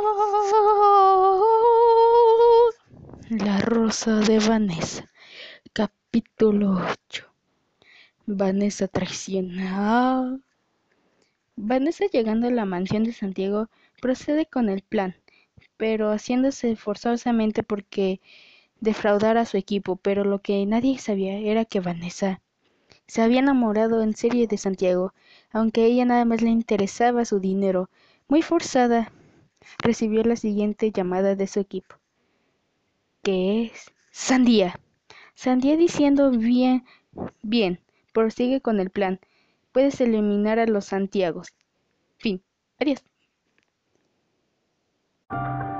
La Rosa de Vanessa, capítulo 8. Vanessa traiciona. Vanessa, llegando a la mansión de Santiago, procede con el plan, pero haciéndose forzosamente porque defraudar a su equipo, pero lo que nadie sabía era que Vanessa se había enamorado en serio de Santiago, aunque a ella nada más le interesaba su dinero. Muy forzada, recibió la siguiente llamada de su equipo, que es Sandía. Sandía diciendo bien, bien, prosigue con el plan. Puedes eliminar a los Santiagos. Fin. Adiós.